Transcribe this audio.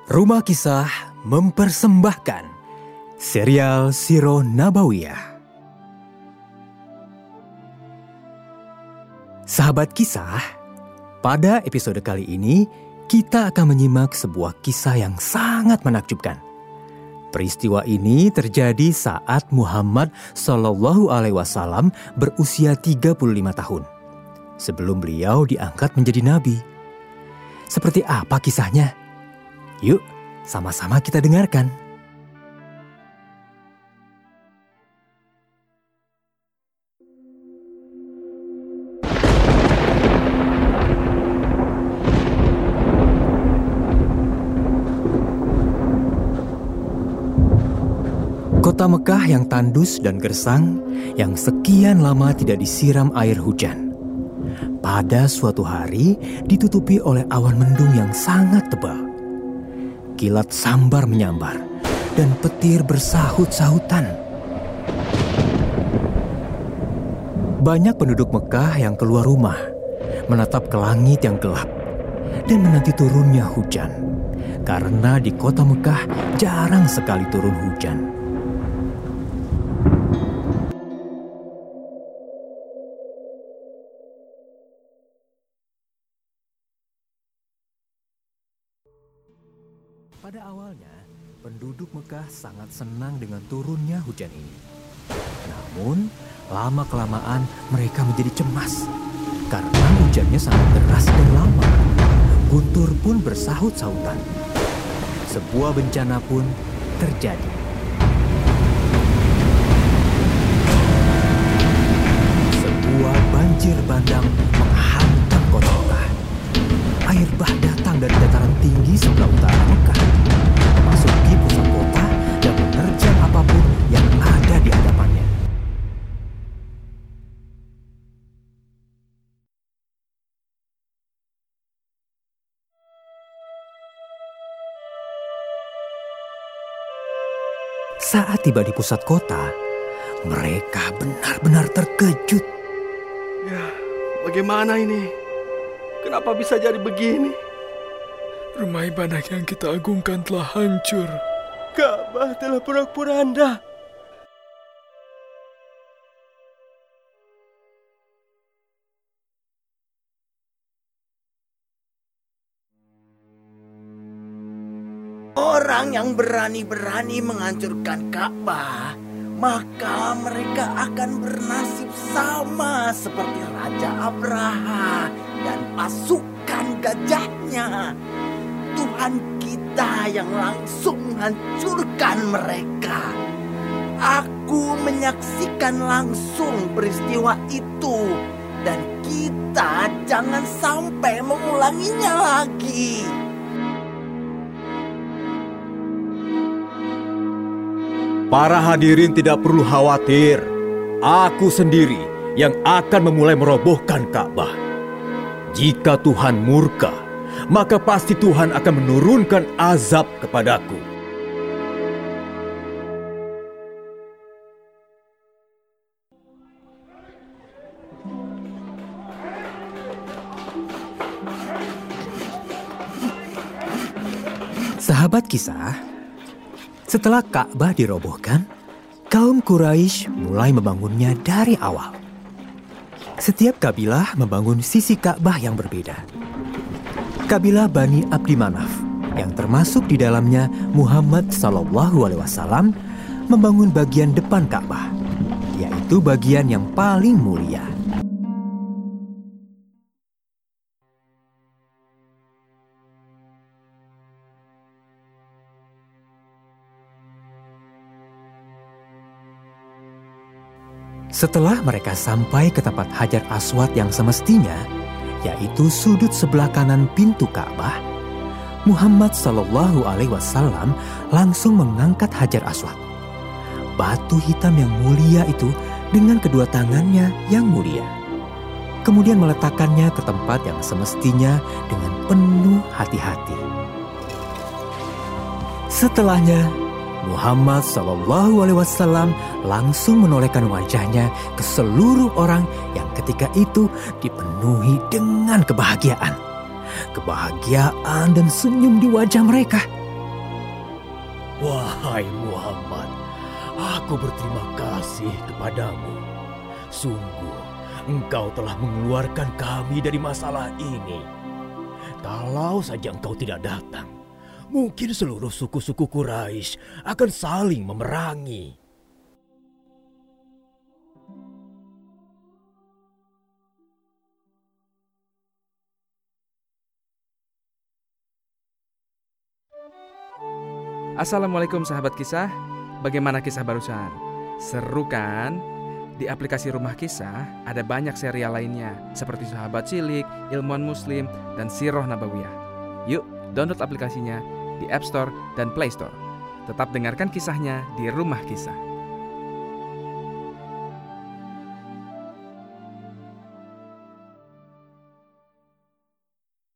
Rumah Kisah mempersembahkan serial Sirah Nabawiyah. Sahabat kisah, pada episode kali ini kita akan menyimak sebuah kisah yang sangat menakjubkan. Peristiwa ini terjadi saat Muhammad SAW berusia 35 tahun. Sebelum beliau diangkat menjadi nabi. Seperti apa kisahnya? Yuk, sama-sama kita dengarkan. Kota Mekah yang tandus dan gersang, yang sekian lama tidak disiram air hujan. Pada suatu hari ditutupi oleh awan mendung yang sangat tebal. Kilat sambar menyambar dan petir bersahut-sahutan. Banyak penduduk Mekah yang keluar rumah, menatap ke langit yang gelap dan menanti turunnya hujan. Karena di kota Mekah jarang sekali turun hujan. Pada awalnya, penduduk Mekah sangat senang dengan turunnya hujan ini. Namun, lama-kelamaan mereka menjadi cemas. Karena hujannya sangat deras dan lama. Guntur pun bersahut-sahutan. Sebuah bencana pun terjadi. Sebuah banjir bandang menghantam kota Mekah. Air bah datang dari dataran tinggi sebelah utara Mekah, memasuki pusat kota dan menerjang apapun yang ada di hadapannya. Saat tiba di pusat kota, mereka benar-benar terkejut. Ya, bagaimana ini? Kenapa bisa jadi begini? Rumah ibadah yang kita agungkan telah hancur. Ka'bah telah porak-poranda. Orang yang berani-berani menghancurkan Ka'bah, maka mereka akan bernasib sama seperti Raja Abraha dan pasukan gajahnya. Tuhan kita yang langsung menghancurkan mereka. Aku menyaksikan langsung peristiwa itu, dan kita jangan sampai mengulanginya lagi. Para hadirin tidak perlu khawatir. Aku sendiri yang akan memulai merobohkan Ka'bah. Jika Tuhan murka, maka pasti Tuhan akan menurunkan azab kepadaku. Sahabat kisah, setelah Ka'bah dirobohkan, kaum Quraisy mulai membangunnya dari awal. Setiap kabilah membangun sisi Ka'bah yang berbeda. Kabilah Bani Abdi Manaf, yang termasuk di dalamnya Muhammad SAW, membangun bagian depan Ka'bah, yaitu bagian yang paling mulia. Setelah mereka sampai ke tempat Hajar Aswad yang semestinya, yaitu sudut sebelah kanan pintu Ka'bah, Muhammad SAW langsung mengangkat Hajar Aswad. Batu hitam yang mulia itu dengan kedua tangannya yang mulia. Kemudian meletakkannya ke tempat yang semestinya dengan penuh hati-hati. Setelahnya, Muhammad SAW langsung menolehkan wajahnya ke seluruh orang yang ketika itu dipenuhi dengan kebahagiaan. Kebahagiaan dan senyum di wajah mereka. Wahai Muhammad, aku berterima kasih kepadamu. Sungguh, engkau telah mengeluarkan kami dari masalah ini. Kalau saja engkau tidak datang, mungkin seluruh suku-suku Quraisy akan saling memerangi. Assalamualaikum sahabat kisah. Bagaimana kisah barusan? Seru kan? Di aplikasi Rumah Kisah ada banyak serial lainnya seperti Sahabat Cilik, Ilmuwan Muslim, dan Sirah Nabawiyah. Yuk, download aplikasinya di App Store dan Play Store. Tetap dengarkan kisahnya di Rumah Kisah.